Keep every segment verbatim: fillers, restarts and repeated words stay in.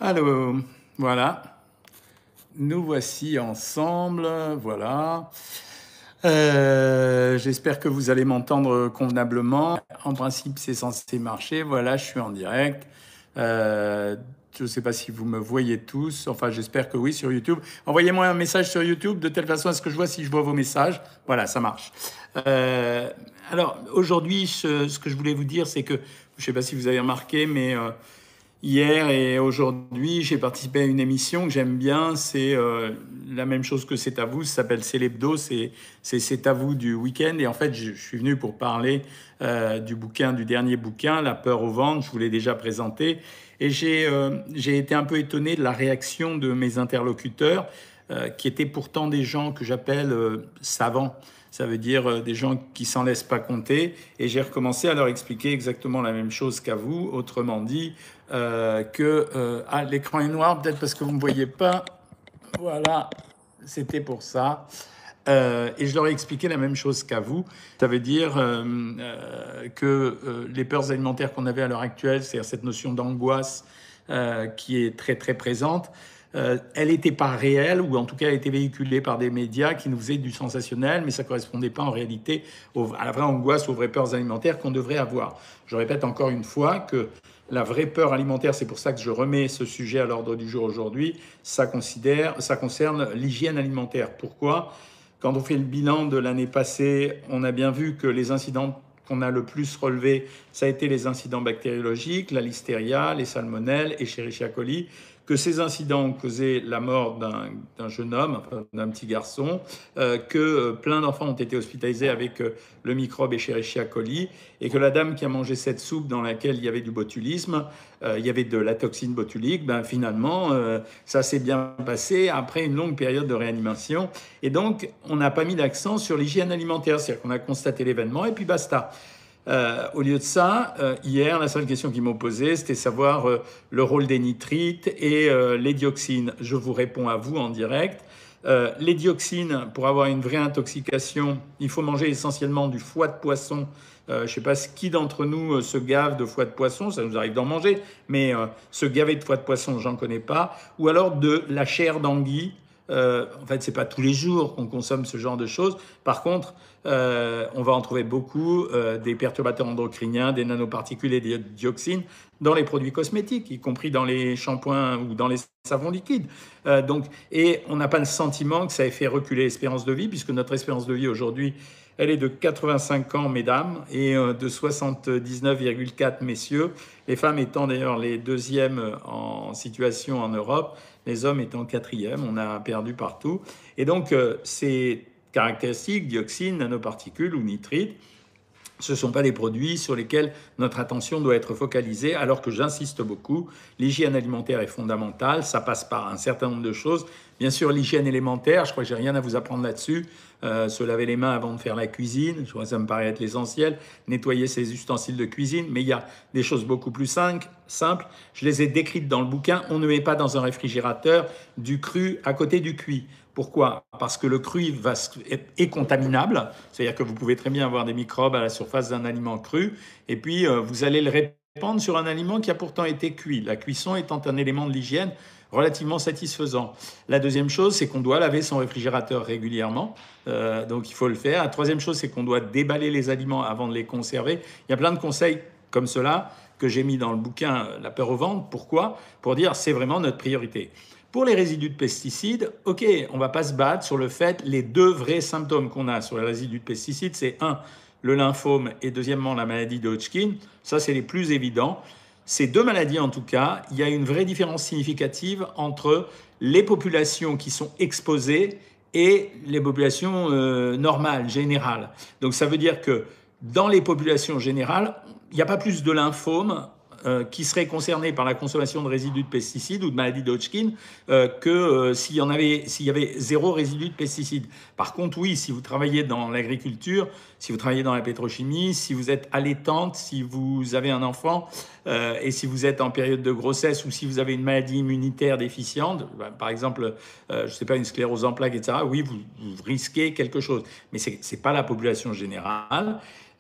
Allô, voilà, nous voici ensemble, voilà. Euh, J'espère que vous allez m'entendre convenablement. En principe, c'est censé marcher. Voilà, je suis en direct. Euh, je ne sais pas si vous me voyez tous. Enfin, j'espère que oui sur YouTube. Envoyez-moi un message sur YouTube de telle façon à ce que je vois si je vois vos messages. Voilà, ça marche. Euh, alors, aujourd'hui, ce, ce que je voulais vous dire, c'est que, je ne sais pas si vous avez remarqué, mais... euh, Hier et aujourd'hui, j'ai participé à une émission que j'aime bien. C'est euh, la même chose que C'est à vous. Ça s'appelle C'est l'hebdo. C'est c'est C'est à vous du week-end. Et en fait, je, je suis venu pour parler euh, du bouquin, du dernier bouquin, La peur au ventre. Je vous l'ai déjà présenté. Et j'ai euh, j'ai été un peu étonné de la réaction de mes interlocuteurs, euh, qui étaient pourtant des gens que j'appelle euh, savants. Ça veut dire euh, des gens qui s'en laissent pas compter. Et j'ai recommencé à leur expliquer exactement la même chose qu'à vous. Autrement dit, euh, que euh, ah, l'écran est noir, peut-être parce que vous ne me voyez pas. Voilà, c'était pour ça. Euh, et je leur ai expliqué la même chose qu'à vous. Ça veut dire euh, euh, que euh, les peurs alimentaires qu'on avait à l'heure actuelle, c'est-à-dire cette notion d'angoisse euh, qui est très très présente, euh, elle n'était pas réelle, ou en tout cas elle était véhiculée par des médias qui nous faisaient du sensationnel, mais ça ne correspondait pas en réalité au, à la vraie angoisse, aux vraies peurs alimentaires qu'on devrait avoir. Je répète encore une fois que la vraie peur alimentaire, c'est pour ça que je remets ce sujet à l'ordre du jour aujourd'hui, ça, considère, ça concerne l'hygiène alimentaire. Pourquoi ? Quand on fait le bilan de l'année passée, on a bien vu que les incidents qu'on a le plus relevés, ça a été les incidents bactériologiques, la listeria, les salmonelles, Escherichia coli, que ces incidents ont causé la mort d'un jeune homme, enfin, d'un petit garçon, euh, que plein d'enfants ont été hospitalisés avec euh, le microbe Escherichia coli, et que la dame qui a mangé cette soupe dans laquelle il y avait du botulisme, euh, il y avait de la toxine botulique, ben finalement, euh, ça s'est bien passé après une longue période de réanimation. Et donc, on n'a pas mis l'accent sur l'hygiène alimentaire, c'est-à-dire qu'on a constaté l'événement et puis basta. Euh, au lieu de ça, euh, hier, la seule question qu'ils m'ont posée, c'était savoir euh, le rôle des nitrites et euh, les dioxines. Je vous réponds à vous en direct. Euh, les dioxines, pour avoir une vraie intoxication, il faut manger essentiellement du foie de poisson. Euh, je ne sais pas qui d'entre nous euh, se gave de foie de poisson, ça nous arrive d'en manger, mais euh, se gaver de foie de poisson, j'en connais pas. Ou alors de la chair d'anguille. Euh, en fait, c'est pas tous les jours qu'on consomme ce genre de choses. Par contre, euh, on va en trouver beaucoup, euh, des perturbateurs endocriniens, des nanoparticules et des dioxines dans les produits cosmétiques, y compris dans les shampoings ou dans les savons liquides. Euh, donc, et on n'a pas le sentiment que ça ait fait reculer l'espérance de vie, puisque notre espérance de vie aujourd'hui, elle est de quatre-vingt-cinq ans, mesdames, et euh, de soixante-dix-neuf virgule quatre, messieurs. Les femmes étant d'ailleurs les deuxièmes en situation en Europe, les hommes étant quatrième, on a perdu partout. Et donc, euh, ces caractéristiques, dioxines, nanoparticules ou nitrites, ce ne sont pas des produits sur lesquels notre attention doit être focalisée, alors que j'insiste beaucoup, l'hygiène alimentaire est fondamentale, ça passe par un certain nombre de choses. Bien sûr, l'hygiène élémentaire, je crois que j'ai rien à vous apprendre là-dessus, euh, se laver les mains avant de faire la cuisine, je crois que ça me paraît être l'essentiel, nettoyer ses ustensiles de cuisine, mais il y a des choses beaucoup plus simples, je les ai décrites dans le bouquin, on ne met pas dans un réfrigérateur du cru à côté du cuit. Pourquoi ? Parce que le cru va, est contaminable, c'est-à-dire que vous pouvez très bien avoir des microbes à la surface d'un aliment cru, et puis euh, vous allez le répandre sur un aliment qui a pourtant été cuit. La cuisson étant un élément de l'hygiène relativement satisfaisant. La deuxième chose, c'est qu'on doit laver son réfrigérateur régulièrement, euh, donc il faut le faire. La troisième chose, c'est qu'on doit déballer les aliments avant de les conserver. Il y a plein de conseils comme cela que j'ai mis dans le bouquin La peur au ventre. Pourquoi ? Pour dire c'est vraiment notre priorité. Pour les résidus de pesticides, ok, on ne va pas se battre sur le fait, les deux vrais symptômes qu'on a sur les résidus de pesticides, c'est un, le lymphome et deuxièmement la maladie de Hodgkin. Ça, c'est les plus évidents. Ces deux maladies, en tout cas, il y a une vraie différence significative entre les populations qui sont exposées et les populations euh, normales, générales. Donc ça veut dire que dans les populations générales, il n'y a pas plus de lymphome euh, qui seraient concernés par la consommation de résidus de pesticides ou de maladie de Hodgkin euh, que euh, s'il y en avait, s'il y avait zéro résidu de pesticides. Par contre, oui, si vous travaillez dans l'agriculture, si vous travaillez dans la pétrochimie, si vous êtes allaitante, si vous avez un enfant euh, et si vous êtes en période de grossesse ou si vous avez une maladie immunitaire déficiente, bah, par exemple, euh, je ne sais pas, une sclérose en plaques, et cetera, oui, vous, vous risquez quelque chose. Mais ce n'est pas la population générale.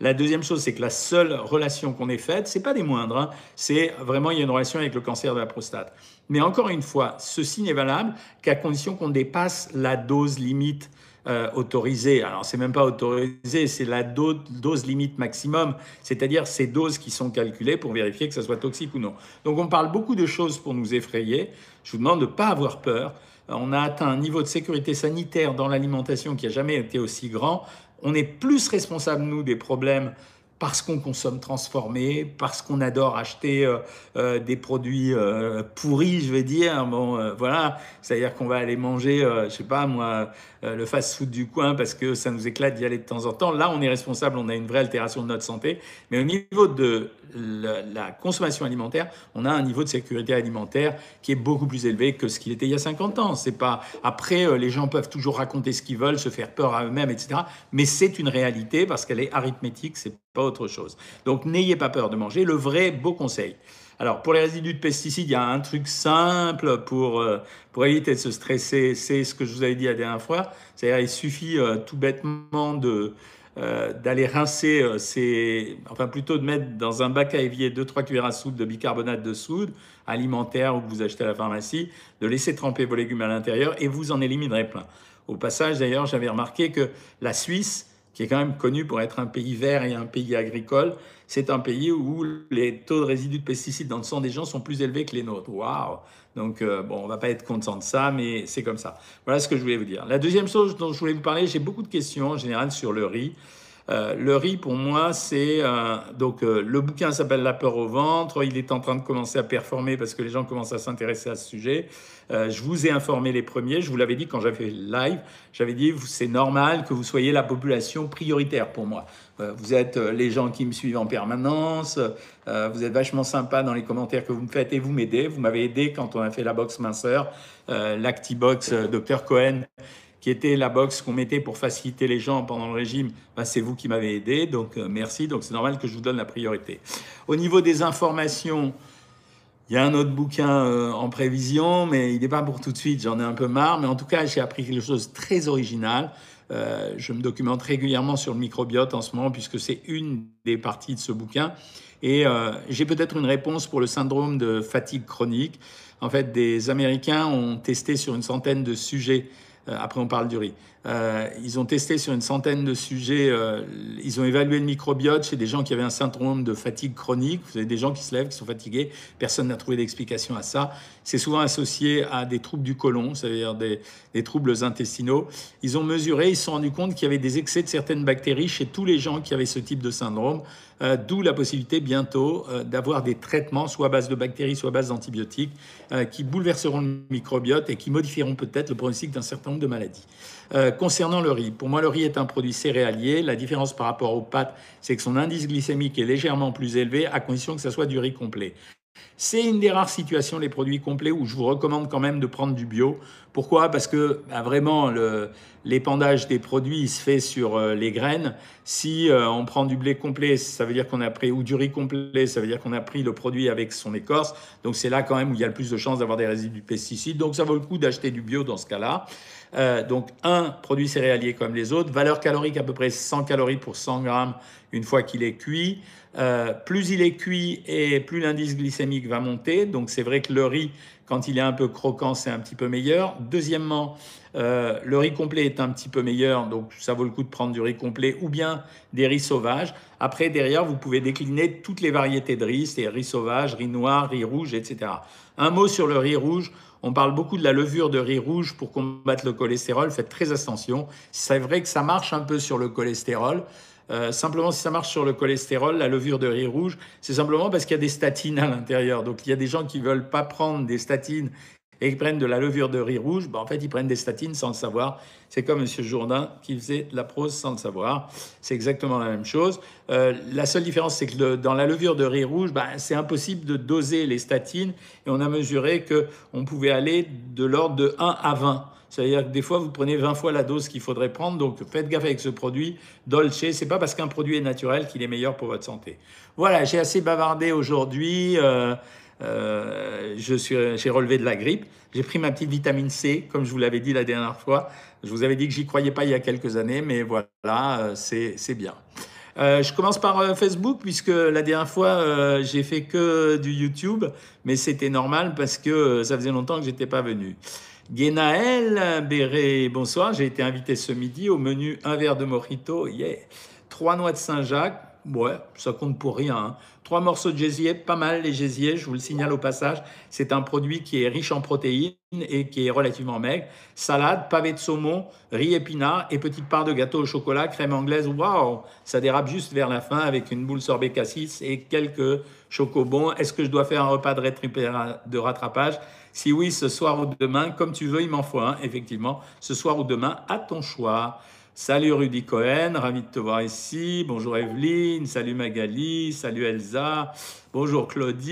La deuxième chose, c'est que la seule relation qu'on ait faite, c'est pas des moindres, hein, c'est vraiment, il y a une relation avec le cancer de la prostate. Mais encore une fois, ceci n'est valable qu'à condition qu'on dépasse la dose limite euh, autorisée. Alors, c'est même pas autorisé, c'est la do dose limite maximum, c'est-à-dire ces doses qui sont calculées pour vérifier que ça soit toxique ou non. Donc, on parle beaucoup de choses pour nous effrayer. Je vous demande de ne pas avoir peur. On a atteint un niveau de sécurité sanitaire dans l'alimentation qui n'a jamais été aussi grand. On est plus responsable, nous, des problèmes parce qu'on consomme transformé, parce qu'on adore acheter euh, euh, des produits euh, pourris, je vais dire. Bon, euh, voilà, c'est-à-dire qu'on va aller manger, euh, je sais pas moi, euh, le fast-food du coin parce que ça nous éclate d'y aller de temps en temps. Là, on est responsable, on a une vraie altération de notre santé. Mais au niveau de la, la consommation alimentaire, on a un niveau de sécurité alimentaire qui est beaucoup plus élevé que ce qu'il était il y a cinquante ans. C'est pas après, euh, les gens peuvent toujours raconter ce qu'ils veulent, se faire peur à eux-mêmes, et cetera. Mais c'est une réalité parce qu'elle est arithmétique, c'est pas autre chose. Donc, n'ayez pas peur de manger. Le vrai beau conseil. Alors, pour les résidus de pesticides, il y a un truc simple pour, euh, pour éviter de se stresser. C'est ce que je vous avais dit la dernière fois. C'est-à-dire, il suffit euh, tout bêtement de, euh, d'aller rincer, euh, ces, enfin plutôt de mettre dans un bac à évier deux trois cuillères à soupe de bicarbonate de soude alimentaire ou que vous achetez à la pharmacie, de laisser tremper vos légumes à l'intérieur et vous en éliminerez plein. Au passage, d'ailleurs, j'avais remarqué que la Suisse, qui est quand même connu pour être un pays vert et un pays agricole, c'est un pays où les taux de résidus de pesticides dans le sang des gens sont plus élevés que les nôtres. Waouh! Donc, euh, bon, on ne va pas être content de ça, mais c'est comme ça. Voilà ce que je voulais vous dire. La deuxième chose dont je voulais vous parler, j'ai beaucoup de questions en général sur le riz. Euh, le riz, pour moi, c'est... Euh, donc, euh, le bouquin s'appelle La peur au ventre. Il est en train de commencer à performer parce que les gens commencent à s'intéresser à ce sujet. Euh, je vous ai informé les premiers. Je vous l'avais dit quand j'avais fait le live. J'avais dit, c'est normal que vous soyez la population prioritaire pour moi. Euh, vous êtes euh, les gens qui me suivent en permanence. Euh, vous êtes vachement sympa dans les commentaires que vous me faites et vous m'aidez. Vous m'avez aidé quand on a fait la box minceur, euh, l'Actibox, euh, docteur Cohen, qui était la box qu'on mettait pour faciliter les gens pendant le régime, ben c'est vous qui m'avez aidé, donc euh, merci, donc c'est normal que je vous donne la priorité. Au niveau des informations, il y a un autre bouquin euh, en prévision, mais il n'est pas pour tout de suite, j'en ai un peu marre, mais en tout cas, j'ai appris quelque chose de très original. Euh, je me documente régulièrement sur le microbiote en ce moment, puisque c'est une des parties de ce bouquin, et euh, j'ai peut-être une réponse pour le syndrome de fatigue chronique. En fait, des Américains ont testé sur une centaine de sujets. Euh, après, on parle du riz. Euh, ils ont testé sur une centaine de sujets. Euh, ils ont évalué le microbiote chez des gens qui avaient un syndrome de fatigue chronique. Vous avez des gens qui se lèvent, qui sont fatigués. Personne n'a trouvé d'explication à ça. C'est souvent associé à des troubles du côlon, c'est-à-dire des, des troubles intestinaux. Ils ont mesuré, ils se sont rendus compte qu'il y avait des excès de certaines bactéries chez tous les gens qui avaient ce type de syndrome. Euh, D'où la possibilité bientôt euh, d'avoir des traitements, soit à base de bactéries, soit à base d'antibiotiques, euh, qui bouleverseront le microbiote et qui modifieront peut-être le pronostic d'un certain nombre de maladies. Euh, concernant le riz, pour moi, le riz est un produit céréalier. La différence par rapport aux pâtes, c'est que son indice glycémique est légèrement plus élevé, à condition que ça soit du riz complet. C'est une des rares situations, les produits complets, où je vous recommande quand même de prendre du bio. Pourquoi? Parce que bah, vraiment, l'épandage des produits il se fait sur euh, les graines. Si euh, on prend du blé complet, ça veut dire qu'on a pris, ou du riz complet, ça veut dire qu'on a pris le produit avec son écorce. Donc c'est là quand même où il y a le plus de chances d'avoir des résidus de pesticides. Donc ça vaut le coup d'acheter du bio dans ce cas-là. Euh, donc un produit céréalier comme les autres, valeur calorique à peu près cent calories pour cent grammes une fois qu'il est cuit. Euh, plus il est cuit et plus l'indice glycémique va monter. Donc c'est vrai que le riz, quand il est un peu croquant, c'est un petit peu meilleur. Deuxièmement, euh, le riz complet est un petit peu meilleur, donc ça vaut le coup de prendre du riz complet ou bien des riz sauvages. Après, derrière, vous pouvez décliner toutes les variétés de riz, c'est riz sauvage, riz noir, riz rouge, et cetera. Un mot sur le riz rouge. On parle beaucoup de la levure de riz rouge pour combattre le cholestérol. Faites très attention. C'est vrai que ça marche un peu sur le cholestérol. Euh, simplement, si ça marche sur le cholestérol, la levure de riz rouge, c'est simplement parce qu'il y a des statines à l'intérieur. Donc, il y a des gens qui ne veulent pas prendre des statines et qui prennent de la levure de riz rouge. Ben, en fait, ils prennent des statines sans le savoir. C'est comme M. Jourdain qui faisait de la prose sans le savoir. C'est exactement la même chose. Euh, la seule différence, c'est que le, dans la levure de riz rouge, ben, c'est impossible de doser les statines. Et on a mesuré qu'on pouvait aller de l'ordre de un à vingt. C'est-à-dire que des fois, vous prenez vingt fois la dose qu'il faudrait prendre. Donc, faites gaffe avec ce produit. Dolce, c'est pas parce qu'un produit est naturel qu'il est meilleur pour votre santé. Voilà, j'ai assez bavardé aujourd'hui. Euh, euh, je suis, j'ai relevé de la grippe. J'ai pris ma petite vitamine C, comme je vous l'avais dit la dernière fois. Je vous avais dit que j'y croyais pas il y a quelques années, mais voilà, euh, c'est, c'est bien. Euh, je commence par euh, Facebook, puisque la dernière fois, euh, j'ai fait que du YouTube, mais c'était normal parce que euh, ça faisait longtemps que j'étais pas venu. Guénaël Béré, bonsoir, j'ai été invité ce midi au menu un verre de mojito, yeah. Trois noix de Saint-Jacques, ouais, ça compte pour rien, hein. Trois morceaux de gésier, pas mal les gésiers, je vous le signale au passage. C'est un produit qui est riche en protéines et qui est relativement maigre. Salade, pavé de saumon, riz épinard et petite part de gâteau au chocolat, crème anglaise. Waouh, ça dérape juste vers la fin avec une boule sorbet cassis et quelques chocobons. Est-ce que je dois faire un repas de, rétripéra- de rattrapage? Si oui, ce soir ou demain, comme tu veux, il m'en faut un, effectivement. Ce soir ou demain, à ton choix. Salut Rudy Cohen, ravi de te voir ici. Bonjour Evelyne, salut Magali, salut Elsa, bonjour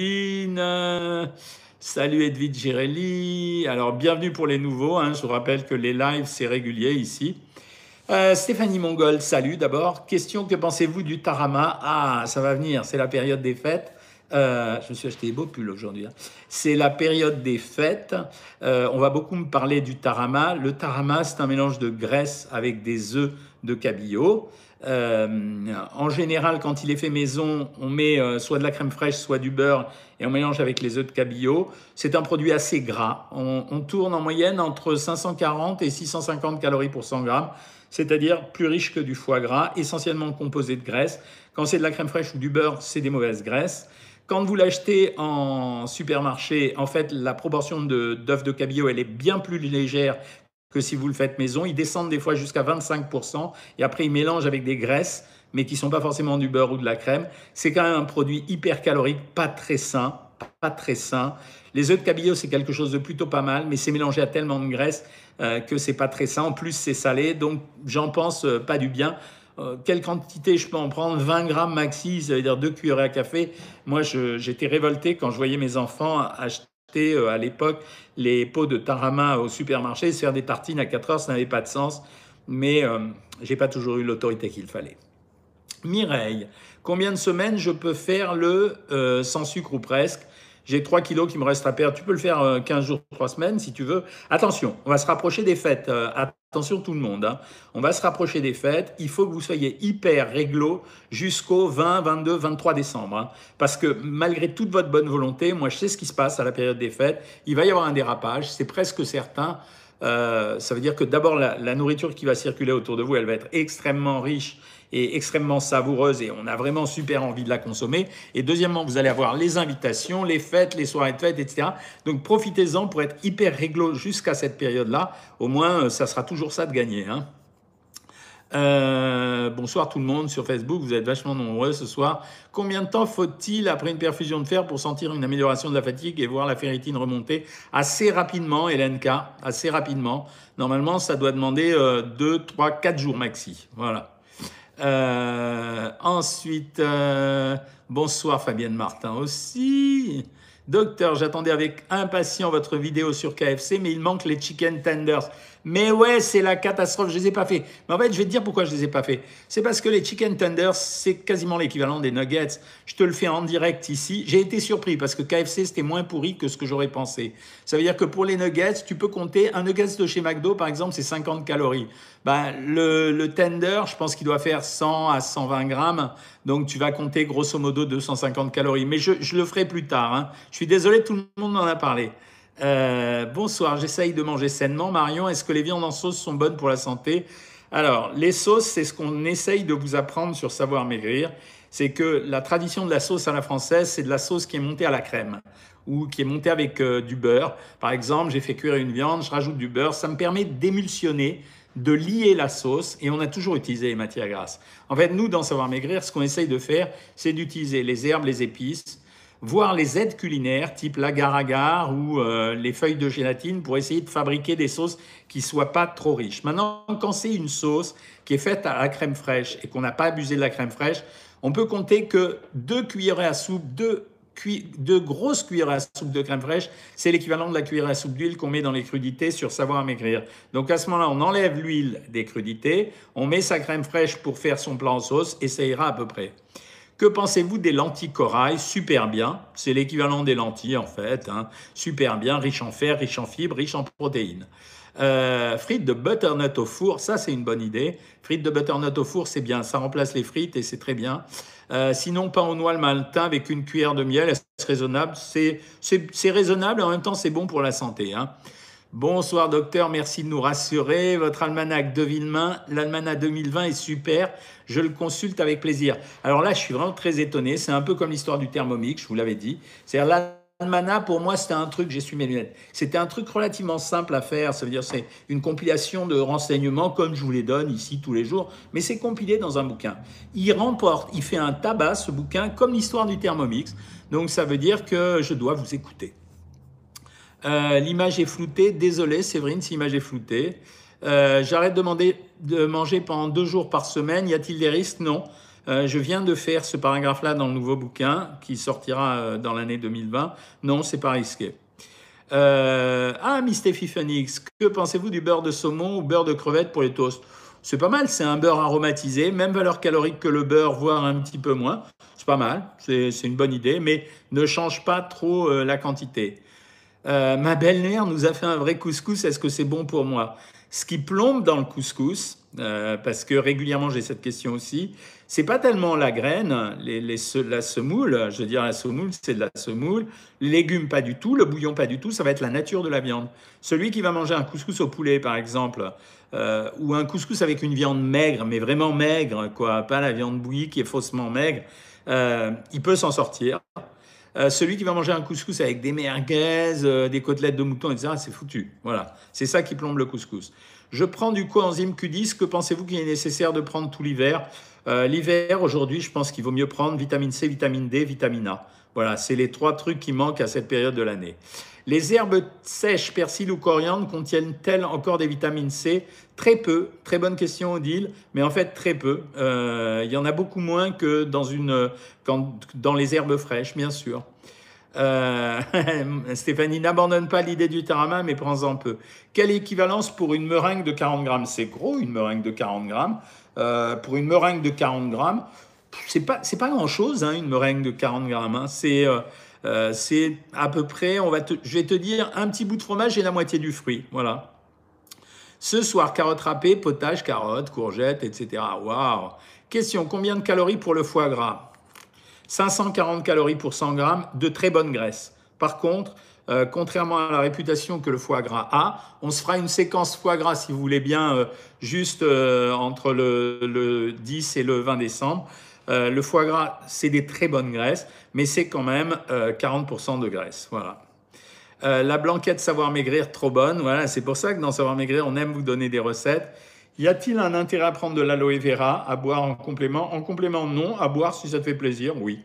Claudine, salut Edwige Girelli. Alors bienvenue pour les nouveaux, hein. Je vous rappelle que les lives c'est régulier ici. Euh, Stéphanie Mongol, salut d'abord. Question, que pensez-vous du tarama? Ah, ça va venir, c'est la période des fêtes. Euh, je me suis acheté des beaux pulls aujourd'hui, hein. C'est la période des fêtes. Euh, on va beaucoup me parler du tarama. Le tarama, c'est un mélange de graisse avec des œufs de cabillaud. Euh, en général, quand il est fait maison, on met euh, soit de la crème fraîche, soit du beurre, et on mélange avec les œufs de cabillaud. C'est un produit assez gras. On, on tourne en moyenne entre cinq cent quarante et six cent cinquante calories pour cent grammes, c'est-à-dire plus riche que du foie gras, essentiellement composé de graisse. Quand c'est de la crème fraîche ou du beurre, c'est des mauvaises graisses. Quand vous l'achetez en supermarché, en fait, la proportion de- d'œufs de cabillaud, elle est bien plus légère que si vous le faites maison. Ils descendent des fois jusqu'à vingt-cinq pour cent et après ils mélangent avec des graisses, mais qui ne sont pas forcément du beurre ou de la crème. C'est quand même un produit hyper calorique, pas très sain, pas très sain. Les œufs de cabillaud, c'est quelque chose de plutôt pas mal, mais c'est mélangé à tellement de graisse euh, que c'est pas très sain. En plus, c'est salé, donc j'en pense euh, pas du bien. Euh, quelle quantité je peux en prendre? Vingt grammes maxi, ça veut dire deux cuillerées à café. Moi, je- j'étais révolté quand je voyais mes enfants acheter euh, à l'époque les pots de tarama au supermarché, se faire des tartines à quatre heures, ça n'avait pas de sens. Mais euh, j'ai pas toujours eu l'autorité qu'il fallait. Mireille, combien de semaines je peux faire le euh, sans sucre ou presque? J'ai trois kilos qui me restent à perdre. Tu peux le faire euh, quinze jours, trois semaines si tu veux. Attention, on va se rapprocher des fêtes. Euh, attention tout le monde, hein. On va se rapprocher des fêtes. Il faut que vous soyez hyper réglo jusqu'au vingt, vingt-deux, vingt-trois décembre, hein. Parce que malgré toute votre bonne volonté, moi je sais ce qui se passe à la période des fêtes. Il va y avoir un dérapage, c'est presque certain. Euh, ça veut dire que d'abord, la, la nourriture qui va circuler autour de vous, elle va être extrêmement riche et extrêmement savoureuse et on a vraiment super envie de la consommer. Et deuxièmement, vous allez avoir les invitations, les fêtes, les soirées de fêtes, et cetera. Donc profitez-en pour être hyper réglo jusqu'à cette période-là. Au moins, ça sera toujours ça de gagner, hein. Euh, bonsoir tout le monde sur Facebook, vous êtes vachement nombreux ce soir. Combien de temps faut-il après une perfusion de fer pour sentir une amélioration de la fatigue et voir la ferritine remonter? Assez rapidement, Hélène K, assez rapidement. Normalement, ça doit demander euh, deux, trois, quatre jours maxi. Voilà. Euh, ensuite, euh, bonsoir Fabienne Martin aussi. Docteur, j'attendais avec impatience votre vidéo sur K F C, mais il manque les chicken tenders. Mais ouais, c'est la catastrophe, je les ai pas fait. Mais en fait, je vais te dire pourquoi je les ai pas fait. C'est parce que les chicken tenders, c'est quasiment l'équivalent des nuggets. Je te le fais en direct ici. J'ai été surpris parce que K F C, c'était moins pourri que ce que j'aurais pensé. Ça veut dire que pour les nuggets, tu peux compter un nuggets de chez McDo, par exemple, c'est cinquante calories. Ben, le, le tender, je pense qu'il doit faire cent à cent vingt grammes. Donc, tu vas compter grosso modo deux cent cinquante calories. Mais je, je le ferai plus tard, hein. Je suis désolé, tout le monde en a parlé. Euh, bonsoir, j'essaye de manger sainement. Marion, est-ce que les viandes en sauce sont bonnes pour la santé? Alors, les sauces, c'est ce qu'on essaye de vous apprendre sur Savoir Maigrir. C'est que la tradition de la sauce à la française, c'est de la sauce qui est montée à la crème ou qui est montée avec euh, du beurre. Par exemple, j'ai fait cuire une viande, je rajoute du beurre. Ça me permet d'émulsionner, de lier la sauce, et on a toujours utilisé les matières grasses. En fait, nous, dans Savoir Maigrir, ce qu'on essaye de faire, c'est d'utiliser les herbes, les épices, voire les aides culinaires, type l'agar-agar ou euh, les feuilles de gélatine, pour essayer de fabriquer des sauces qui ne soient pas trop riches. Maintenant, quand c'est une sauce qui est faite à la crème fraîche et qu'on n'a pas abusé de la crème fraîche, on peut compter que deux cuillerées à soupe, deux Deux grosses cuillères à soupe de crème fraîche, c'est l'équivalent de la cuillère à soupe d'huile qu'on met dans les crudités sur Savoir Maigrir. Donc à ce moment-là, on enlève l'huile des crudités, on met sa crème fraîche pour faire son plat en sauce et ça ira à peu près. Que pensez-vous des lentilles corail? Super bien, c'est l'équivalent des lentilles en fait, hein. Super bien, riche en fer, riche en fibres, riche en protéines. Euh, frites de butternut au four, ça c'est une bonne idée. Frites de butternut au four, c'est bien, ça remplace les frites et c'est très bien. Euh, sinon, pain aux noix le matin avec une cuillère de miel, est-ce raisonnable? C'est c'est raisonnable et en même temps c'est bon pour la santé, hein. Bonsoir docteur, merci de nous rassurer. Votre almanach de Villemain, l'almanach deux mille vingt est super, je le consulte avec plaisir. Alors là, je suis vraiment très étonné, c'est un peu comme l'histoire du Thermomix, je vous l'avais dit. C'est-à-dire l'almanach, pour moi, c'était un truc, j'ai su mes lunettes, c'était un truc relativement simple à faire, ça veut dire c'est une compilation de renseignements comme je vous les donne ici tous les jours, mais c'est compilé dans un bouquin. Il remporte, il fait un tabac, ce bouquin, comme l'histoire du Thermomix, donc ça veut dire que je dois vous écouter. Euh, l'image est floutée. Désolé, Séverine, si l'image est floutée. Euh, J'arrête de demander de manger pendant deux jours par semaine. Y a-t-il des risques? Non. Euh, je viens de faire ce paragraphe-là dans le nouveau bouquin qui sortira euh, dans l'année deux mille vingt. Non, c'est pas risqué. Euh, ah, Miss Steffi Phoenix, que pensez-vous du beurre de saumon ou beurre de crevette pour les toasts? C'est pas mal, c'est un beurre aromatisé, même valeur calorique que le beurre, voire un petit peu moins. C'est pas mal, c'est une bonne idée, mais ne change pas trop euh, la quantité. Euh, ma belle-mère nous a fait un vrai couscous, est-ce que c'est bon pour moi? Ce qui plombe dans le couscous, euh, parce que régulièrement j'ai cette question aussi, c'est pas tellement la graine, les, les, la semoule, je veux dire la semoule, c'est de la semoule, les légumes pas du tout, le bouillon pas du tout, ça va être la nature de la viande. Celui qui va manger un couscous au poulet par exemple, euh, ou un couscous avec une viande maigre, mais vraiment maigre, quoi, pas la viande bouillie qui est faussement maigre, euh, il peut s'en sortir. Euh, celui qui va manger un couscous avec des merguez, euh, des côtelettes de mouton, et cetera, c'est foutu. Voilà, c'est ça qui plombe le couscous. Je prends du coenzyme Q dix. Que pensez-vous qu'il est nécessaire de prendre tout l'hiver? euh, L'hiver, aujourd'hui, je pense qu'il vaut mieux prendre vitamine C, vitamine D, vitamine A. Voilà, c'est les trois trucs qui manquent à cette période de l'année. Les herbes sèches, persil ou coriandre, contiennent-elles encore des vitamines C? Très peu. Très bonne question, Odile, mais en fait très peu. Euh, il y en a beaucoup moins que dans, une, quand, dans les herbes fraîches, bien sûr. Euh, Stéphanie, n'abandonne pas l'idée du tarama, mais prends-en peu. Quelle équivalence pour une meringue de quarante grammes? C'est gros, une meringue de quarante grammes. Euh, pour une meringue de quarante grammes, c'est pas, c'est pas grand-chose, hein, une meringue de quarante grammes. Hein. C'est euh, euh, c'est à peu près, on va te, je vais te dire, un petit bout de fromage et la moitié du fruit. Voilà. Ce soir, carottes râpées, potage, carottes, courgettes, et cetera. Waouh! Question, combien de calories pour le foie gras? cinq cent quarante calories pour cent grammes de très bonne graisse. Par contre, euh, contrairement à la réputation que le foie gras a, on se fera une séquence foie gras, si vous voulez bien, euh, juste euh, entre le, le dix et le vingt décembre. Euh, le foie gras, c'est des très bonnes graisses, mais c'est quand même euh, quarante pour cent de graisse. Voilà. Euh, la blanquette Savoir Maigrir, trop bonne. Voilà, c'est pour ça que dans Savoir Maigrir, on aime vous donner des recettes. Y a-t-il un intérêt à prendre de l'aloe vera à boire en complément? En complément, non. À boire, si ça te fait plaisir, oui.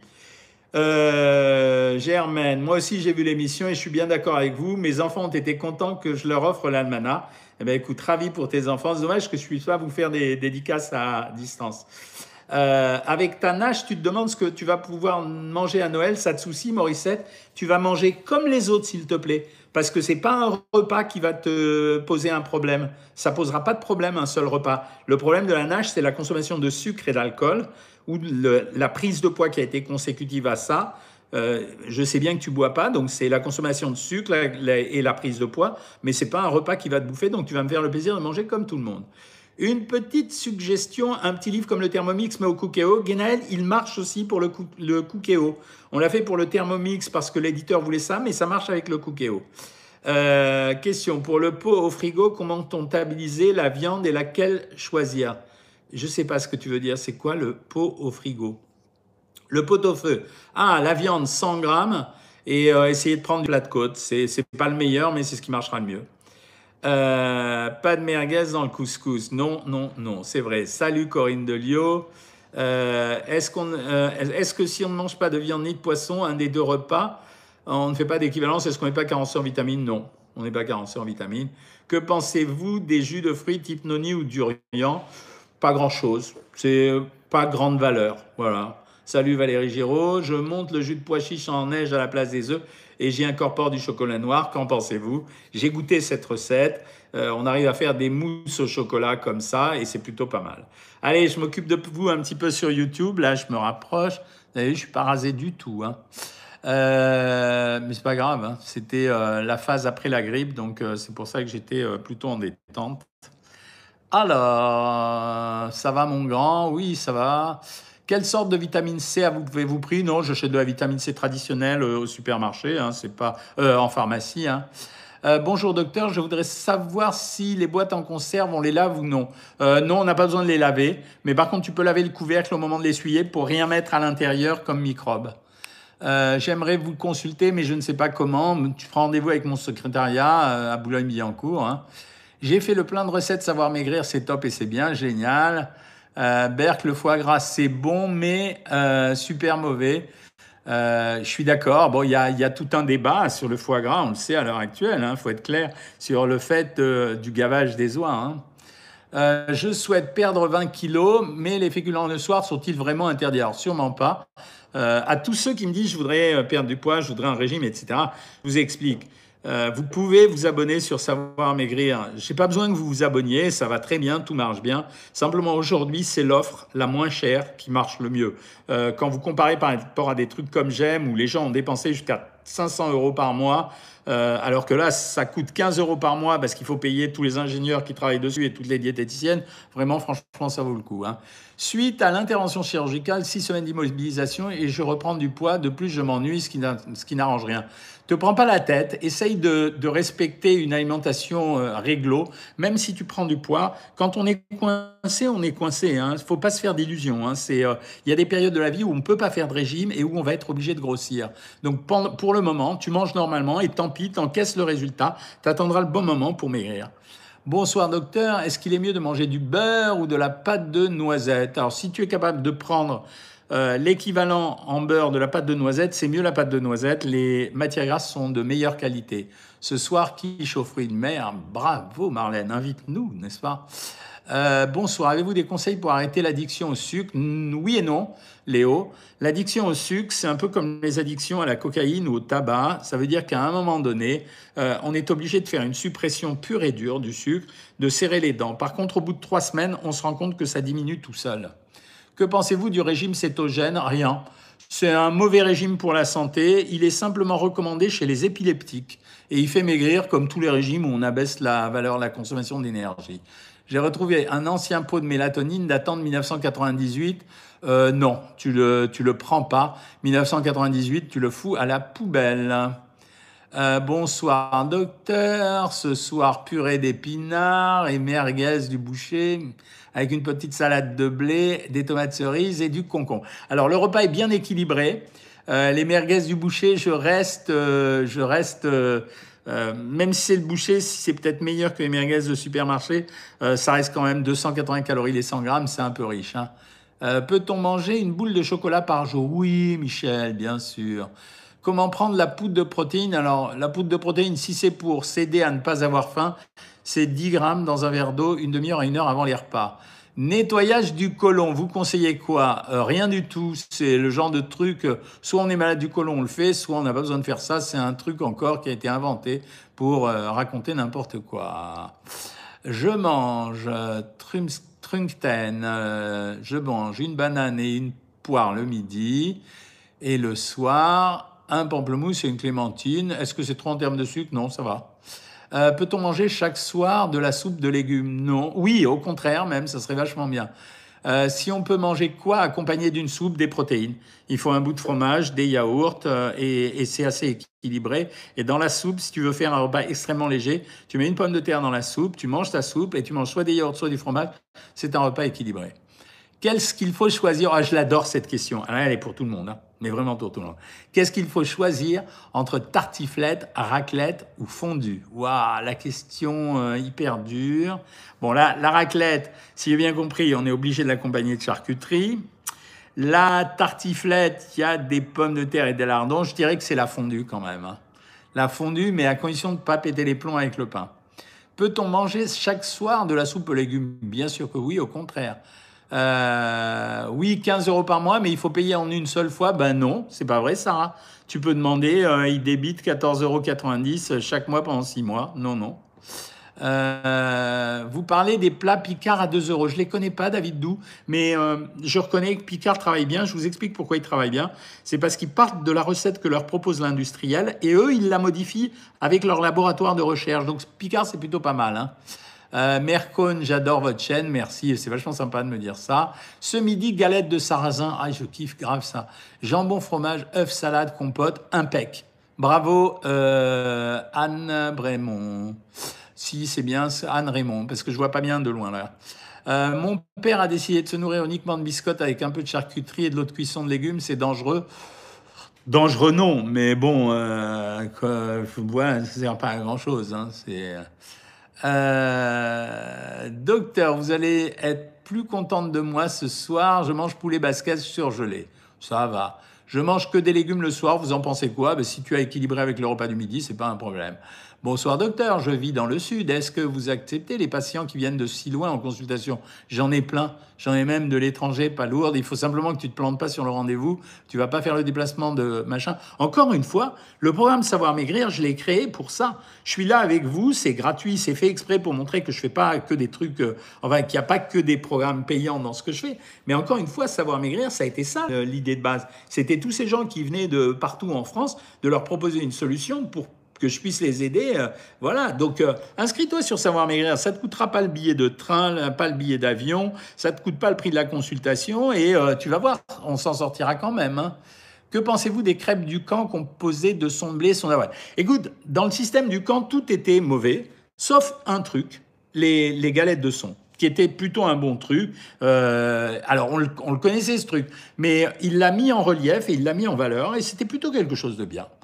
Euh, Germaine, moi aussi j'ai vu l'émission et je suis bien d'accord avec vous. Mes enfants ont été contents que je leur offre l'almanach. Eh bien, écoute, ravi pour tes enfants. C'est dommage que je ne puisse pas vous faire des dédicaces à distance. Euh, avec ta nage, tu te demandes ce que tu vas pouvoir manger à Noël. Ça te soucie, Morissette? Tu vas manger comme les autres, s'il te plaît. Parce que c'est pas un repas qui va te poser un problème. Ça posera pas de problème, un seul repas. Le problème de la nage, c'est la consommation de sucre et d'alcool, ou le, la prise de poids qui a été consécutive à ça. Euh, je sais bien que tu bois pas, donc c'est la consommation de sucre la, la, et la prise de poids, mais c'est pas un repas qui va te bouffer, donc tu vas me faire le plaisir de manger comme tout le monde. Une petite suggestion, un petit livre comme le Thermomix, mais au Cookéo. Guénaël, il marche aussi pour le, le Cookéo. On l'a fait pour le Thermomix parce que l'éditeur voulait ça, mais ça marche avec le Cookéo. Euh, question, pour le pot au frigo, comment comptabiliser la viande et laquelle choisir? Je ne sais pas ce que tu veux dire. C'est quoi le pot au frigo? Le pot au feu. Ah, la viande, cent grammes, et euh, essayer de prendre du plat de côte. C'est pas le meilleur, mais c'est ce qui marchera le mieux. Euh, pas de merguez dans le couscous. Non, non, non, c'est vrai. Salut Corinne Delio. Euh, Est-ce qu'on, euh, est-ce que si on ne mange pas de viande ni de poisson, un des deux repas, on ne fait pas d'équivalence? Est-ce qu'on n'est pas carencé en vitamines? Non, on n'est pas carencé en vitamines. Que pensez-vous des jus de fruits type noni ou durian? Pas grand-chose. C'est pas grande valeur. Voilà. Salut Valérie Giraud. Je monte le jus de pois chiche en neige à la place des œufs et j'y incorpore du chocolat noir. Qu'en pensez-vous? J'ai goûté cette recette. Euh, on arrive à faire des mousses au chocolat comme ça et c'est plutôt pas mal. Allez, je m'occupe de vous un petit peu sur YouTube. Là, je me rapproche. Vous avez vu, je ne suis pas rasé du tout. Hein. Euh, mais c'est pas grave, hein. C'était euh, la phase après la grippe, donc euh, c'est pour ça que j'étais euh, plutôt en détente. Alors, ça va mon grand? Oui, ça va. Quelle sorte de vitamine C avez-vous pris? Non, j'achète de la vitamine C traditionnelle euh, au supermarché, hein, c'est pas euh, en pharmacie, hein. Euh, bonjour docteur, je voudrais savoir si les boîtes en conserve, on les lave ou non. Euh, non, on n'a pas besoin de les laver, mais par contre, tu peux laver le couvercle au moment de l'essuyer pour rien mettre à l'intérieur comme microbe. Euh, J'aimerais vous consulter, mais je ne sais pas comment. Tu prends rendez-vous avec mon secrétariat euh, à Boulogne-Billancourt, hein. J'ai fait le plein de recettes Savoir Maigrir, c'est top et c'est bien, génial. Euh, Berck, le foie gras, c'est bon, mais euh, super mauvais. Euh, je suis d'accord. Bon, il y a, il y a tout un débat sur le foie gras, on le sait à l'heure actuelle, il faut être clair, sur le fait euh, du gavage des oies, hein. Euh, je souhaite perdre vingt kilos, mais les féculents le soir sont-ils vraiment interdits? Alors, sûrement pas. Euh, à tous ceux qui me disent je voudrais perdre du poids, je voudrais un régime, et cetera, je vous explique. Euh, vous pouvez vous abonner sur Savoir Maigrir. Je n'ai pas besoin que vous vous abonniez, ça va très bien, tout marche bien. Simplement aujourd'hui, c'est l'offre la moins chère qui marche le mieux. Euh, quand vous comparez par rapport à des trucs comme J'aime, où les gens ont dépensé jusqu'à cinq cents euros par mois, euh, alors que là, ça coûte quinze euros par mois parce qu'il faut payer tous les ingénieurs qui travaillent dessus et toutes les diététiciennes. Vraiment, franchement, ça vaut le coup, hein. Suite à l'intervention chirurgicale, six semaines d'immobilisation et je reprends du poids. De plus, je m'ennuie, ce qui n'arrange rien. Te prends pas la tête, essaye de, de respecter une alimentation euh, réglo, même si tu prends du poids. Quand on est coincé, on est coincé. Il ne faut pas se faire d'illusions, hein. Il euh, y a des périodes de la vie où on ne peut pas faire de régime et où on va être obligé de grossir. Donc pendant, pour le moment, tu manges normalement et tant pis, t'encaisses le résultat. Tu attendras le bon moment pour maigrir. Bonsoir docteur, est-ce qu'il est mieux de manger du beurre ou de la pâte de noisette? Alors si tu es capable de prendre euh, l'équivalent en beurre de la pâte de noisette, c'est mieux la pâte de noisette, les matières grasses sont de meilleure qualité. Ce soir, quiche aux fruits de mer, bravo Marlène, invite-nous, n'est-ce pas? Euh, bonsoir, avez-vous des conseils pour arrêter l'addiction au sucre? Oui et non, Léo. L'addiction au sucre, c'est un peu comme les addictions à la cocaïne ou au tabac. Ça veut dire qu'à un moment donné, euh, on est obligé de faire une suppression pure et dure du sucre, de serrer les dents. Par contre, au bout de trois semaines, on se rend compte que ça diminue tout seul. Que pensez-vous du régime cétogène? Rien. C'est un mauvais régime pour la santé. Il est simplement recommandé chez les épileptiques. Et il fait maigrir comme tous les régimes où on abaisse la valeur de la consommation d'énergie. J'ai retrouvé un ancien pot de mélatonine datant de mille neuf cent quatre-vingt-dix-huit. Euh, non, tu le, tu le prends pas. mille neuf cent quatre-vingt-dix-huit, tu le fous à la poubelle. Euh, bonsoir docteur, ce soir purée d'épinards et merguez du boucher avec une petite salade de blé, des tomates cerises et du concombre. Alors le repas est bien équilibré. Euh, les merguez du boucher, je reste, euh, je reste, euh, euh, même si c'est le boucher, si c'est peut-être meilleur que les merguez de supermarché, euh, ça reste quand même deux cent quatre-vingts calories les cent grammes, c'est un peu riche, hein. Euh, peut-on manger une boule de chocolat par jour? Oui, Michel, bien sûr. Comment prendre la poudre de protéines? Alors, la poudre de protéines, si c'est pour s'aider à ne pas avoir faim, c'est dix grammes dans un verre d'eau, une demi-heure à une heure avant les repas. Nettoyage du côlon, vous conseillez quoi? euh, Rien du tout. C'est le genre de truc, euh, soit on est malade du côlon, on le fait, soit on n'a pas besoin de faire ça. C'est un truc encore qui a été inventé pour euh, raconter n'importe quoi. Je mange euh, trums- Trunkten, euh, je mange une banane et une poire le midi. Et le soir, un pamplemousse et une clémentine. Est-ce que c'est trop en termes de sucre? Non, ça va. Euh, peut-on manger chaque soir de la soupe de légumes? Non. Oui, au contraire même, ça serait vachement bien. Euh, si on peut manger quoi accompagné d'une soupe? Des protéines. Il faut un bout de fromage, des yaourts euh, et, et c'est assez équilibré. Et dans la soupe, si tu veux faire un repas extrêmement léger, tu mets une pomme de terre dans la soupe, tu manges ta soupe et tu manges soit des yaourts, soit du fromage. C'est un repas équilibré. Qu'est-ce qu'il faut choisir? Ah, je l'adore cette question. Alors, elle est pour tout le monde, hein, mais vraiment pour tout le monde. Qu'est-ce qu'il faut choisir entre tartiflette, raclette ou fondue? Waouh, la question euh, hyper dure. Bon, là, la raclette, si j'ai bien compris, on est obligé de l'accompagner de charcuterie. La tartiflette, il y a des pommes de terre et des lardons. Je dirais que c'est la fondue quand même, hein. La fondue, mais à condition de ne pas péter les plombs avec le pain. Peut-on manger chaque soir de la soupe aux légumes? Bien sûr que oui, au contraire. Euh, oui, quinze euros par mois, mais il faut payer en une seule fois. Ben non, c'est pas vrai, Sarah. Tu peux demander, euh, il débite quatorze euros quatre-vingt-dix chaque mois pendant six mois. Non, non. Euh, vous parlez des plats Picard à deux euros. Je ne les connais pas, David Doux, mais euh, je reconnais que Picard travaille bien. Je vous explique pourquoi il travaille bien. C'est parce qu'ils partent de la recette que leur propose l'industriel et eux, ils la modifient avec leur laboratoire de recherche. Donc Picard, c'est plutôt pas mal. Hein. Euh, Mercone, j'adore votre chaîne, merci, c'est vachement sympa de me dire ça. Ce midi, galette de sarrasin, ah, je kiffe grave ça. Jambon, fromage, œuf, salade, compote, impec. Bravo euh, Anne Brémond. Si, c'est bien Anne Raymond, parce que je vois pas bien de loin là. Euh, mon père a décidé de se nourrir uniquement de biscottes avec un peu de charcuterie et de l'eau de cuisson de légumes, c'est dangereux. Dangereux non, mais bon, euh, quoi, ouais, ça sert pas à grand chose. Hein, c'est... Euh, docteur, vous allez être plus contente de moi ce soir. Je mange poulet basquez surgelé. Ça va. Je mange que des légumes le soir. Vous en pensez quoi? Ben, si tu as équilibré avec le repas du midi, c'est pas un problème. Bonsoir docteur, je vis dans le sud. Est-ce que vous acceptez les patients qui viennent de si loin en consultation? J'en ai plein. J'en ai même de l'étranger, pas lourde. Il faut simplement que tu te plantes pas sur le rendez-vous. Tu vas pas faire le déplacement de machin. Encore une fois, le programme Savoir Maigrir, je l'ai créé pour ça. Je suis là avec vous, c'est gratuit, c'est fait exprès pour montrer que je fais pas que des trucs, euh, enfin qu'il n'y a pas que des programmes payants dans ce que je fais. Mais encore une fois, Savoir Maigrir, ça a été ça euh, l'idée de base. C'était tous ces gens qui venaient de partout en France, de leur proposer une solution pour que je puisse les aider. Euh, voilà, donc euh, inscris-toi sur Savoir Maigrir. Ça ne te coûtera pas le billet de train, pas le billet d'avion, ça ne te coûte pas le prix de la consultation et euh, tu vas voir, on s'en sortira quand même. Hein. Que pensez-vous des crêpes du camp composées de son de blé, son avoine? Écoute, dans le système du camp, tout était mauvais, sauf un truc, les, les galettes de son, qui était plutôt un bon truc. Euh, alors, on le, on le connaissait, ce truc, mais il l'a mis en relief et il l'a mis en valeur, et c'était plutôt quelque chose de bien.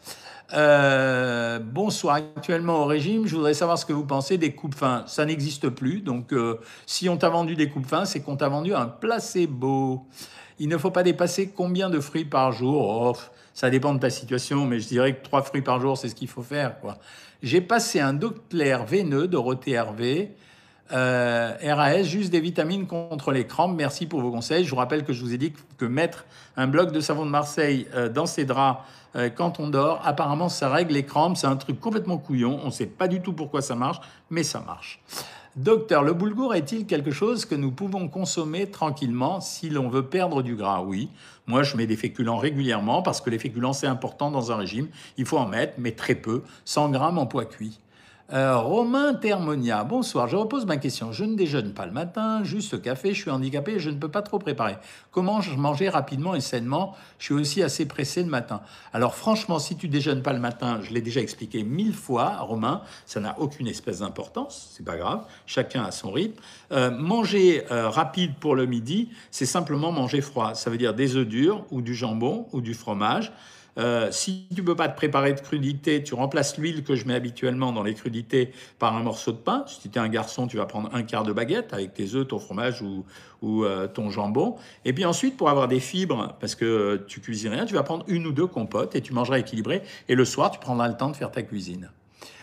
Euh, bonsoir, actuellement au régime, je voudrais savoir ce que vous pensez des coupes-fins. Ça n'existe plus, donc euh, si on t'a vendu des coupes-fins, c'est qu'on t'a vendu un placebo. Il ne faut pas dépasser combien de fruits par jour? Oh, ça dépend de ta situation, mais je dirais que trois fruits par jour, c'est ce qu'il faut faire, quoi. J'ai passé un Doclair veineux, Dorothée Hervé, euh, R A S, juste des vitamines contre les crampes. Merci pour vos conseils. Je vous rappelle que je vous ai dit que mettre un bloc de savon de Marseille euh, dans ses draps euh, quand on dort, apparemment, ça règle les crampes. C'est un truc complètement couillon. On ne sait pas du tout pourquoi ça marche, mais ça marche. Docteur, le boulgour est-il quelque chose que nous pouvons consommer tranquillement si l'on veut perdre du gras? Oui. Moi, je mets des féculents régulièrement parce que les féculents, c'est important dans un régime. Il faut en mettre, mais très peu, cent grammes en poids cuit. Euh, Romain Thermonia, bonsoir, je repose ma question. Je ne déjeune pas le matin, juste le café, je suis handicapé et je ne peux pas trop préparer. Comment je manger rapidement et sainement? Je suis aussi assez pressé le matin. Alors franchement, si tu déjeunes pas le matin, je l'ai déjà expliqué mille fois, Romain, ça n'a aucune espèce d'importance, c'est pas grave, chacun a son rythme. Euh, manger euh, rapide pour le midi, c'est simplement manger froid. Ça veut dire des œufs durs ou du jambon ou du fromage. Euh, si tu ne peux pas te préparer de crudité, tu remplaces l'huile que je mets habituellement dans les crudités par un morceau de pain. Si tu es un garçon, tu vas prendre un quart de baguette avec tes œufs, ton fromage ou, ou euh, ton jambon. Et puis ensuite, pour avoir des fibres, parce que tu cuisines rien, tu vas prendre une ou deux compotes et tu mangeras équilibré. Et le soir, tu prendras le temps de faire ta cuisine.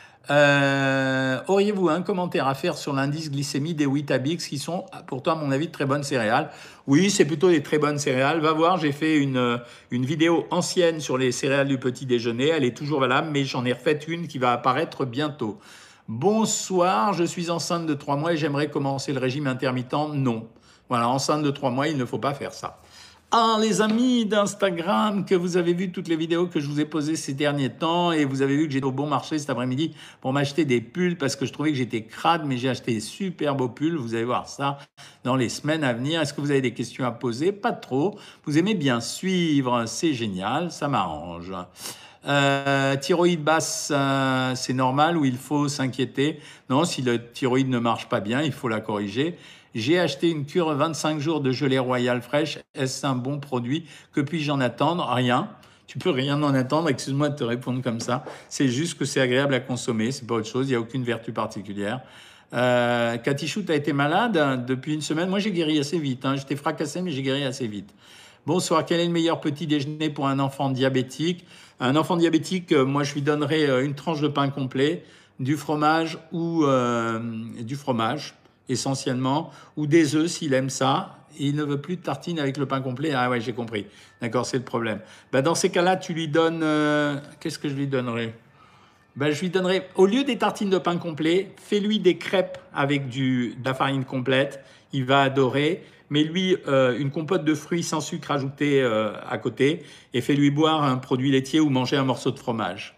Euh, auriez-vous un commentaire à faire sur l'indice glycémie des Weetabix qui sont pourtant à mon avis de très bonnes céréales? Oui, c'est plutôt des très bonnes céréales. Va voir, j'ai fait une, une vidéo ancienne sur les céréales du petit déjeuner. Elle est toujours valable, mais j'en ai refait une qui va apparaître bientôt. Bonsoir, je suis enceinte de trois mois et j'aimerais commencer le régime intermittent. Non. Voilà, enceinte de trois mois, il ne faut pas faire ça. Ah, les amis d'Instagram, que vous avez vu toutes les vidéos que je vous ai posées ces derniers temps et vous avez vu que j'étais au bon marché cet après-midi pour m'acheter des pulls parce que je trouvais que j'étais crade, mais j'ai acheté des super beaux pulls. Vous allez voir ça dans les semaines à venir. Est-ce que vous avez des questions à poser? Pas trop. Vous aimez bien suivre, c'est génial, ça m'arrange. Euh, thyroïde basse, euh, c'est normal ou il faut s'inquiéter? Non, si le thyroïde ne marche pas bien, il faut la corriger. J'ai acheté une cure vingt-cinq jours de gelée royale fraîche. Est-ce un bon produit? Que puis-je en attendre? Rien. Tu peux rien en attendre. Excuse-moi de te répondre comme ça. C'est juste que c'est agréable à consommer. C'est pas autre chose. Il n'y a aucune vertu particulière. Euh, Cathy Chou, tu as été malade depuis une semaine. Moi, j'ai guéri assez vite. Hein. J'étais fracassé, mais j'ai guéri assez vite. Bonsoir. Quel est le meilleur petit déjeuner pour un enfant diabétique? Un enfant diabétique, moi, je lui donnerais une tranche de pain complet, du fromage ou euh, du fromage. Essentiellement, ou des œufs s'il aime ça. Il ne veut plus de tartines avec le pain complet. Ah ouais, j'ai compris. D'accord, c'est le problème. Ben, dans ces cas-là, tu lui donnes... Euh, Qu'est-ce que je lui donnerais? Ben, je lui donnerai, au lieu des tartines de pain complet, fais-lui des crêpes avec du, de la farine complète. Il va adorer. Mets-lui euh, une compote de fruits sans sucre ajouté euh, à côté et fais-lui boire un produit laitier ou manger un morceau de fromage.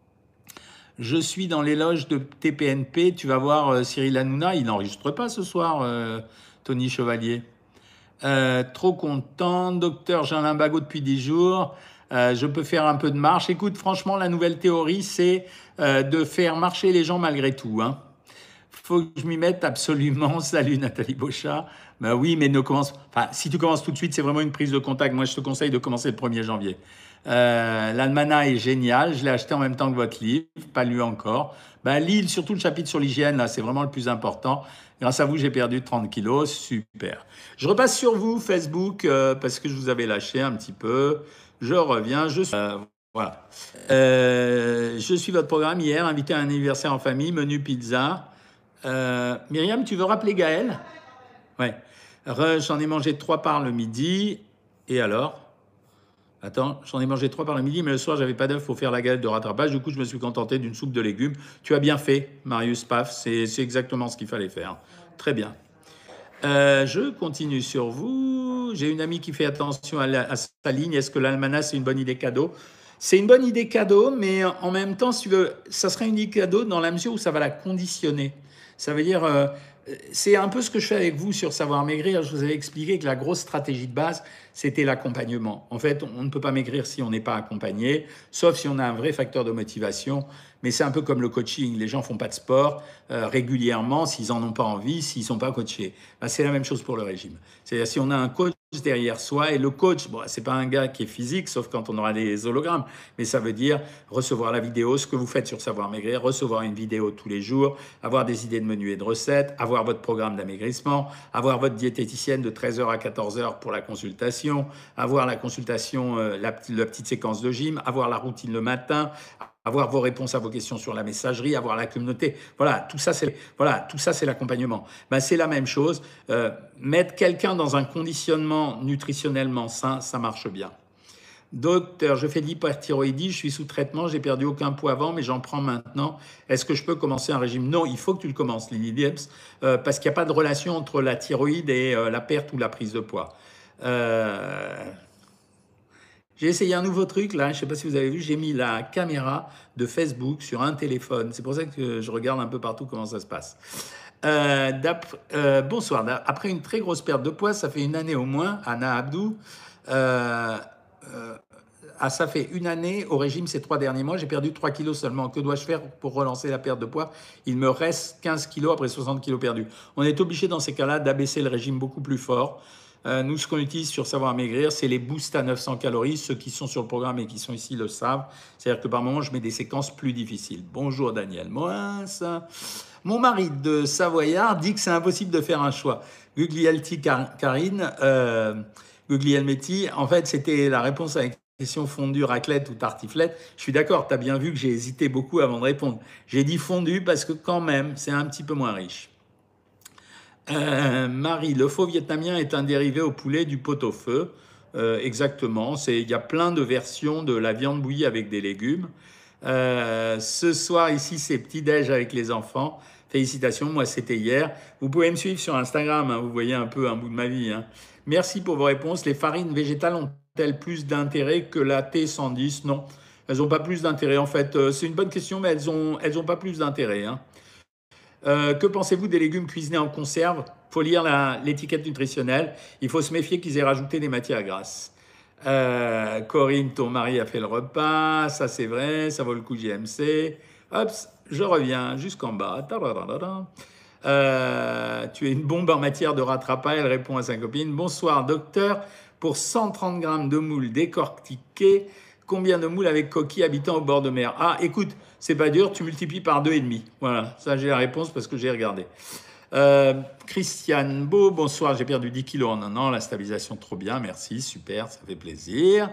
Je suis dans l'éloge de T P N P. Tu vas voir euh, Cyril Hanouna. Il n'enregistre pas ce soir, euh, Tony Chevalier. Euh, trop content. Docteur Jean Limbago depuis dix jours. Euh, je peux faire un peu de marche. Écoute, franchement, la nouvelle théorie, c'est euh, de faire marcher les gens malgré tout. Hein. Faut que je m'y mette absolument. Salut Nathalie Beauchat. Ben oui, mais ne commence. Enfin, si tu commences tout de suite, c'est vraiment une prise de contact. Moi, je te conseille de commencer le premier janvier. Euh, L'Almanach est génial. Je l'ai acheté en même temps que votre livre. Pas lu encore. Ben, lis surtout le chapitre sur l'hygiène. Là, c'est vraiment le plus important. Grâce à vous, j'ai perdu trente kilos. Super. Je repasse sur vous, Facebook, euh, parce que je vous avais lâché un petit peu. Je reviens. Je suis. Euh, voilà. Euh, je suis votre programme hier. Invité à un anniversaire en famille. Menu pizza. Euh, Myriam, tu veux rappeler Gaël? Ouais. J'en ai mangé trois parts le midi. Et alors? Attends, j'en ai mangé trois par le midi, mais le soir, j'avais pas d'œuf, faut faire la galette de rattrapage. Du coup, je me suis contenté d'une soupe de légumes. Tu as bien fait, Marius Paf, c'est exactement ce qu'il fallait faire. Très bien. Euh, je continue sur vous. J'ai une amie qui fait attention à, la, à sa ligne. Est-ce que l'almanach, c'est une bonne idée cadeau? C'est une bonne idée cadeau, mais en même temps, si tu veux, ça serait une idée cadeau dans la mesure où ça va la conditionner. Ça veut dire, euh, c'est un peu ce que je fais avec vous sur Savoir Maigrir. Je vous avais expliqué que la grosse stratégie de base, c'était l'accompagnement. En fait, on ne peut pas maigrir si on n'est pas accompagné, sauf si on a un vrai facteur de motivation. Mais c'est un peu comme le coaching. Les gens font pas de sport euh, régulièrement s'ils n'en ont pas envie, s'ils sont pas coachés. Ben, c'est la même chose pour le régime. C'est-à-dire si on a un coach derrière soi, et le coach, bon, c'est pas un gars qui est physique, sauf quand on aura des hologrammes, mais ça veut dire recevoir la vidéo, ce que vous faites sur Savoir Maigrir, recevoir une vidéo tous les jours, avoir des idées de menus et de recettes, avoir votre programme d'amaigrissement, avoir votre diététicienne de treize heures à quatorze heures pour la consultation, avoir la consultation, euh, la, la petite séquence de gym, avoir la routine le matin, avoir vos réponses à vos questions sur la messagerie, avoir la communauté. Voilà, tout ça, c'est voilà, tout ça, c'est l'accompagnement. Ben, c'est la même chose. Euh, mettre quelqu'un dans un conditionnement nutritionnellement sain, ça marche bien. Docteur, je fais de l'hyperthyroïdie, je suis sous traitement, j'ai perdu aucun poids avant, mais j'en prends maintenant. Est-ce que je peux commencer un régime? Non, il faut que tu le commences, Lily Debs, euh, parce qu'il n'y a pas de relation entre la thyroïde et euh, la perte ou la prise de poids. Euh... J'ai essayé un nouveau truc, là, je ne sais pas si vous avez vu, j'ai mis la caméra de Facebook sur un téléphone. C'est pour ça que je regarde un peu partout comment ça se passe. Euh, euh, bonsoir, après une très grosse perte de poids, ça fait une année au moins, Anna Abdou, euh, euh, ah, ça fait une année au régime ces trois derniers mois, j'ai perdu trois kilos seulement. Que dois-je faire pour relancer la perte de poids? Il me reste quinze kilos après soixante kilos perdus. On est obligé dans ces cas-là d'abaisser le régime beaucoup plus fort. Euh, nous, ce qu'on utilise sur Savoir Maigrir, c'est les boosts à neuf cents calories. Ceux qui sont sur le programme et qui sont ici le savent. C'est-à-dire que par moment, je mets des séquences plus difficiles. Bonjour Daniel Moins. Mon mari de Savoyard dit que c'est impossible de faire un choix. Guglielti Karine, euh, Guglielmetti, en fait, c'était la réponse à la question fondue, raclette ou tartiflette. Je suis d'accord, tu as bien vu que j'ai hésité beaucoup avant de répondre. J'ai dit fondu parce que quand même, c'est un petit peu moins riche. Euh, Marie, le faux vietnamien est un dérivé au poulet du pot-au-feu. Euh, exactement. Il y a plein de versions de la viande bouillie avec des légumes. Euh, ce soir, ici, c'est petit-déj avec les enfants. Félicitations, moi, c'était hier. Vous pouvez me suivre sur Instagram. Hein, vous voyez un peu un bout de ma vie. Hein. Merci pour vos réponses. Les farines végétales ont-elles plus d'intérêt que la T cent dix? Non, elles n'ont pas plus d'intérêt. En fait, euh, c'est une bonne question, mais elles n'ont elles ont pas plus d'intérêt. Hein. Euh, que pensez-vous des légumes cuisinés en conserve? Il faut lire l'étiquette nutritionnelle. Il faut se méfier qu'ils aient rajouté des matières grasses. Euh, Corinne, ton mari a fait le repas. Ça, c'est vrai. Ça vaut le coup, J M C. Hop, je reviens jusqu'en bas. Euh, tu es une bombe en matière de rattrapage. Elle répond à sa copine. Bonsoir, docteur. Pour cent trente grammes de moules décortiquées, combien de moules avec coquilles habitant au bord de mer? Ah, écoute, c'est pas dur, tu multiplies par deux virgule cinq. Voilà, ça j'ai la réponse parce que j'ai regardé. Euh, Christiane Beau, bonsoir, j'ai perdu dix kilos en un an, la stabilisation trop bien, merci, super, ça fait plaisir.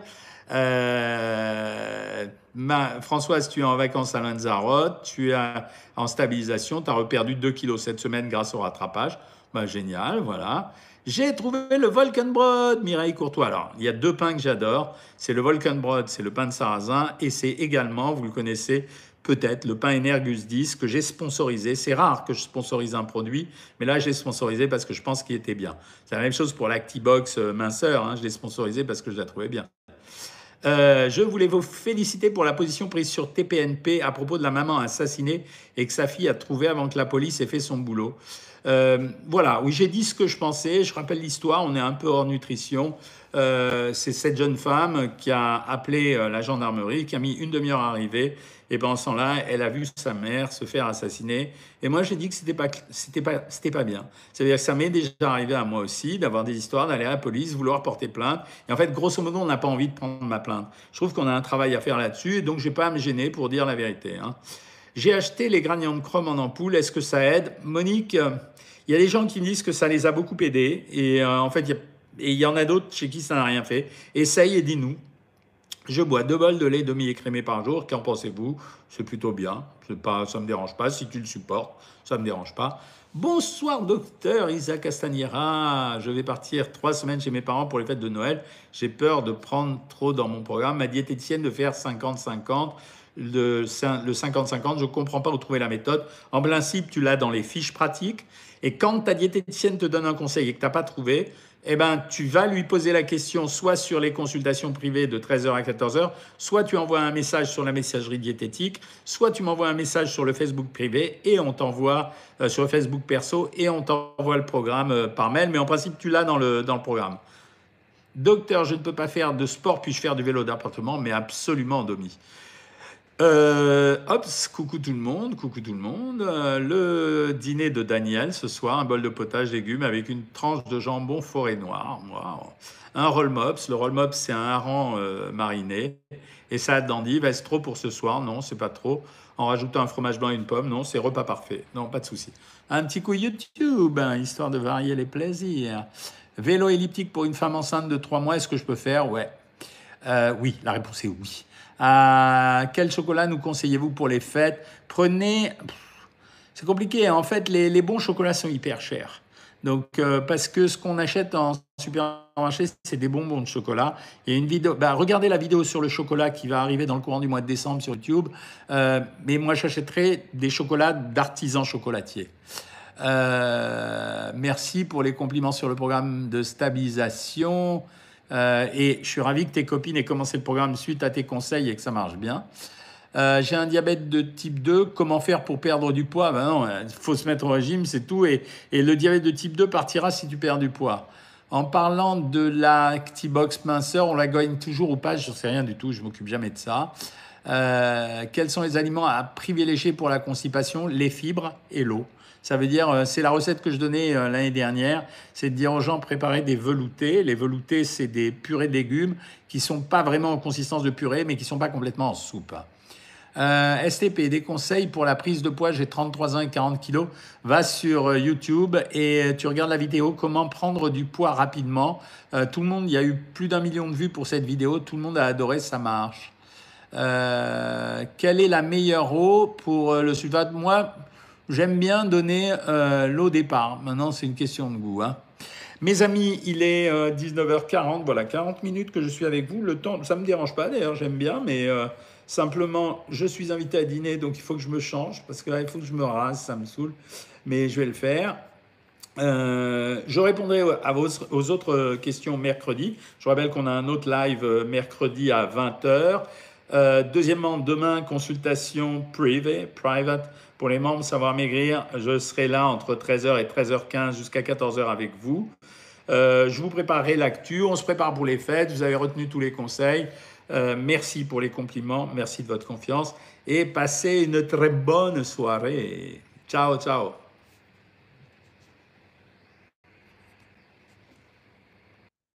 Euh, ma, Françoise, tu es en vacances à Lanzarote, tu es en stabilisation, tu as reperdu deux kilos cette semaine grâce au rattrapage. Bah, génial, voilà. J'ai trouvé le Volkenbrod, Mireille Courtois. Alors, il y a deux pains que j'adore. C'est le Volkenbrod, c'est le pain de sarrasin. Et c'est également, vous le connaissez, peut-être le pain Energus dix que j'ai sponsorisé. C'est rare que je sponsorise un produit, mais là, j'ai sponsorisé parce que je pense qu'il était bien. C'est la même chose pour l'Actibox minceur, hein, je l'ai sponsorisé parce que je la trouvais bien. Euh, je voulais vous féliciter pour la position prise sur T P N P à propos de la maman assassinée et que sa fille a trouvé avant que la police ait fait son boulot. Euh, voilà, oui, j'ai dit ce que je pensais. Je rappelle l'histoire, on est un peu hors nutrition. Euh, c'est cette jeune femme qui a appelé euh, la gendarmerie, qui a mis une demi-heure à arriver. Et pendant ce temps-là, elle a vu sa mère se faire assassiner. Et moi, j'ai dit que c'était pas, c'était pas, c'était pas bien. C'est-à-dire que ça m'est déjà arrivé à moi aussi d'avoir des histoires, d'aller à la police, vouloir porter plainte. Et en fait, grosso modo, on n'a pas envie de prendre ma plainte. Je trouve qu'on a un travail à faire là-dessus. Et donc, j'ai pas à me gêner pour dire la vérité, hein. J'ai acheté les granions de chrome en ampoule. Est-ce que ça aide? Monique, il euh, y a des gens qui me disent que ça les a beaucoup aidés. Et euh, en fait, il y a Et il y en a d'autres chez qui ça n'a rien fait. Essaye et dis-nous. Je bois deux bols de lait demi-écrémé par jour. Qu'en pensez-vous? C'est plutôt bien. Pas, ça ne me dérange pas. Si tu le supportes, ça ne me dérange pas. Bonsoir, docteur Isaac Castagnera. Je vais partir trois semaines chez mes parents pour les fêtes de Noël. J'ai peur de prendre trop dans mon programme. Ma diététicienne de faire cinquante cinquante. Le cinquante cinquante, je ne comprends pas où trouver la méthode. En principe, tu l'as dans les fiches pratiques. Et quand ta diététicienne te donne un conseil et que tu n'as pas trouvé, eh ben, tu vas lui poser la question soit sur les consultations privées de treize heures à quatorze heures, soit tu envoies un message sur la messagerie diététique, soit tu m'envoies un message sur le Facebook privé et on t'envoie euh, sur le Facebook perso et on t'envoie le programme euh, par mail. Mais en principe, tu l'as dans le, dans le programme. Docteur, je ne peux pas faire de sport, puis-je faire du vélo d'appartement? Mais absolument, Domi. Euh, hops, coucou tout le monde, coucou tout le monde. Euh, le dîner de Daniel ce soir, un bol de potage légumes avec une tranche de jambon forêt noire. Wow. Un roll mops. Le roll mops, c'est un hareng euh, mariné. Et salade d'endive. Est-ce trop pour ce soir? Non, c'est pas trop. En rajoutant un fromage blanc et une pomme, non, c'est repas parfait. Non, pas de souci. Un petit coup YouTube, hein, histoire de varier les plaisirs. Vélo elliptique pour une femme enceinte de trois mois, est-ce que je peux faire? Ouais. Euh, oui, la réponse est oui. Euh, quel chocolat nous conseillez-vous pour les fêtes? Prenez... C'est compliqué, hein. En fait, les, les bons chocolats sont hyper chers. Donc, euh, parce que ce qu'on achète en supermarché, c'est des bonbons de chocolat. Il y a une vidéo... Bah, regardez la vidéo sur le chocolat qui va arriver dans le courant du mois de décembre sur YouTube. Euh, mais moi, j'achèterai des chocolats d'artisans chocolatiers. Euh, merci pour les compliments sur le programme de stabilisation. Euh, et je suis ravi que tes copines aient commencé le programme suite à tes conseils et que ça marche bien. Euh, j'ai un diabète de type deux. Comment faire pour perdre du poids? Ben non, il faut se mettre au régime, c'est tout. Et, et le diabète de type deux partira si tu perds du poids. En parlant de la Actibox minceur, on la gagne toujours ou pas? Je ne sais rien du tout, je ne m'occupe jamais de ça. Euh, quels sont les aliments à privilégier pour la constipation? Les fibres et l'eau. Ça veut dire, c'est la recette que je donnais l'année dernière, c'est de dire aux gens préparer des veloutés. Les veloutés, c'est des purées de légumes qui ne sont pas vraiment en consistance de purée, mais qui ne sont pas complètement en soupe. Euh, S T P, des conseils pour la prise de poids, j'ai trente-trois ans et quarante kilos. Va sur YouTube et tu regardes la vidéo comment prendre du poids rapidement. Euh, tout le monde, il y a eu plus d'un million de vues pour cette vidéo, tout le monde a adoré, ça marche. Euh, quelle est la meilleure eau pour le sulfate? Moi, j'aime bien donner euh, l'eau départ. Maintenant, c'est une question de goût, hein. Mes amis, il est euh, dix-neuf heures quarante. Voilà, quarante minutes que je suis avec vous. Le temps, ça ne me dérange pas d'ailleurs, j'aime bien. Mais euh, simplement, je suis invité à dîner, donc il faut que je me change. Parce que là, il faut que je me rase, ça me saoule. Mais je vais le faire. Euh, je répondrai à vos, aux autres questions mercredi. Je rappelle qu'on a un autre live mercredi à vingt heures. Euh, deuxièmement, demain, consultation privée, private, pour les membres Savoir Maigrir. Je serai là entre treize heures et treize heures quinze jusqu'à quatorze heures avec vous. Euh, je vous préparerai l'actu. On se prépare pour les fêtes. Vous avez retenu tous les conseils. Euh, merci pour les compliments. Merci de votre confiance. Et passez une très bonne soirée. Ciao, ciao.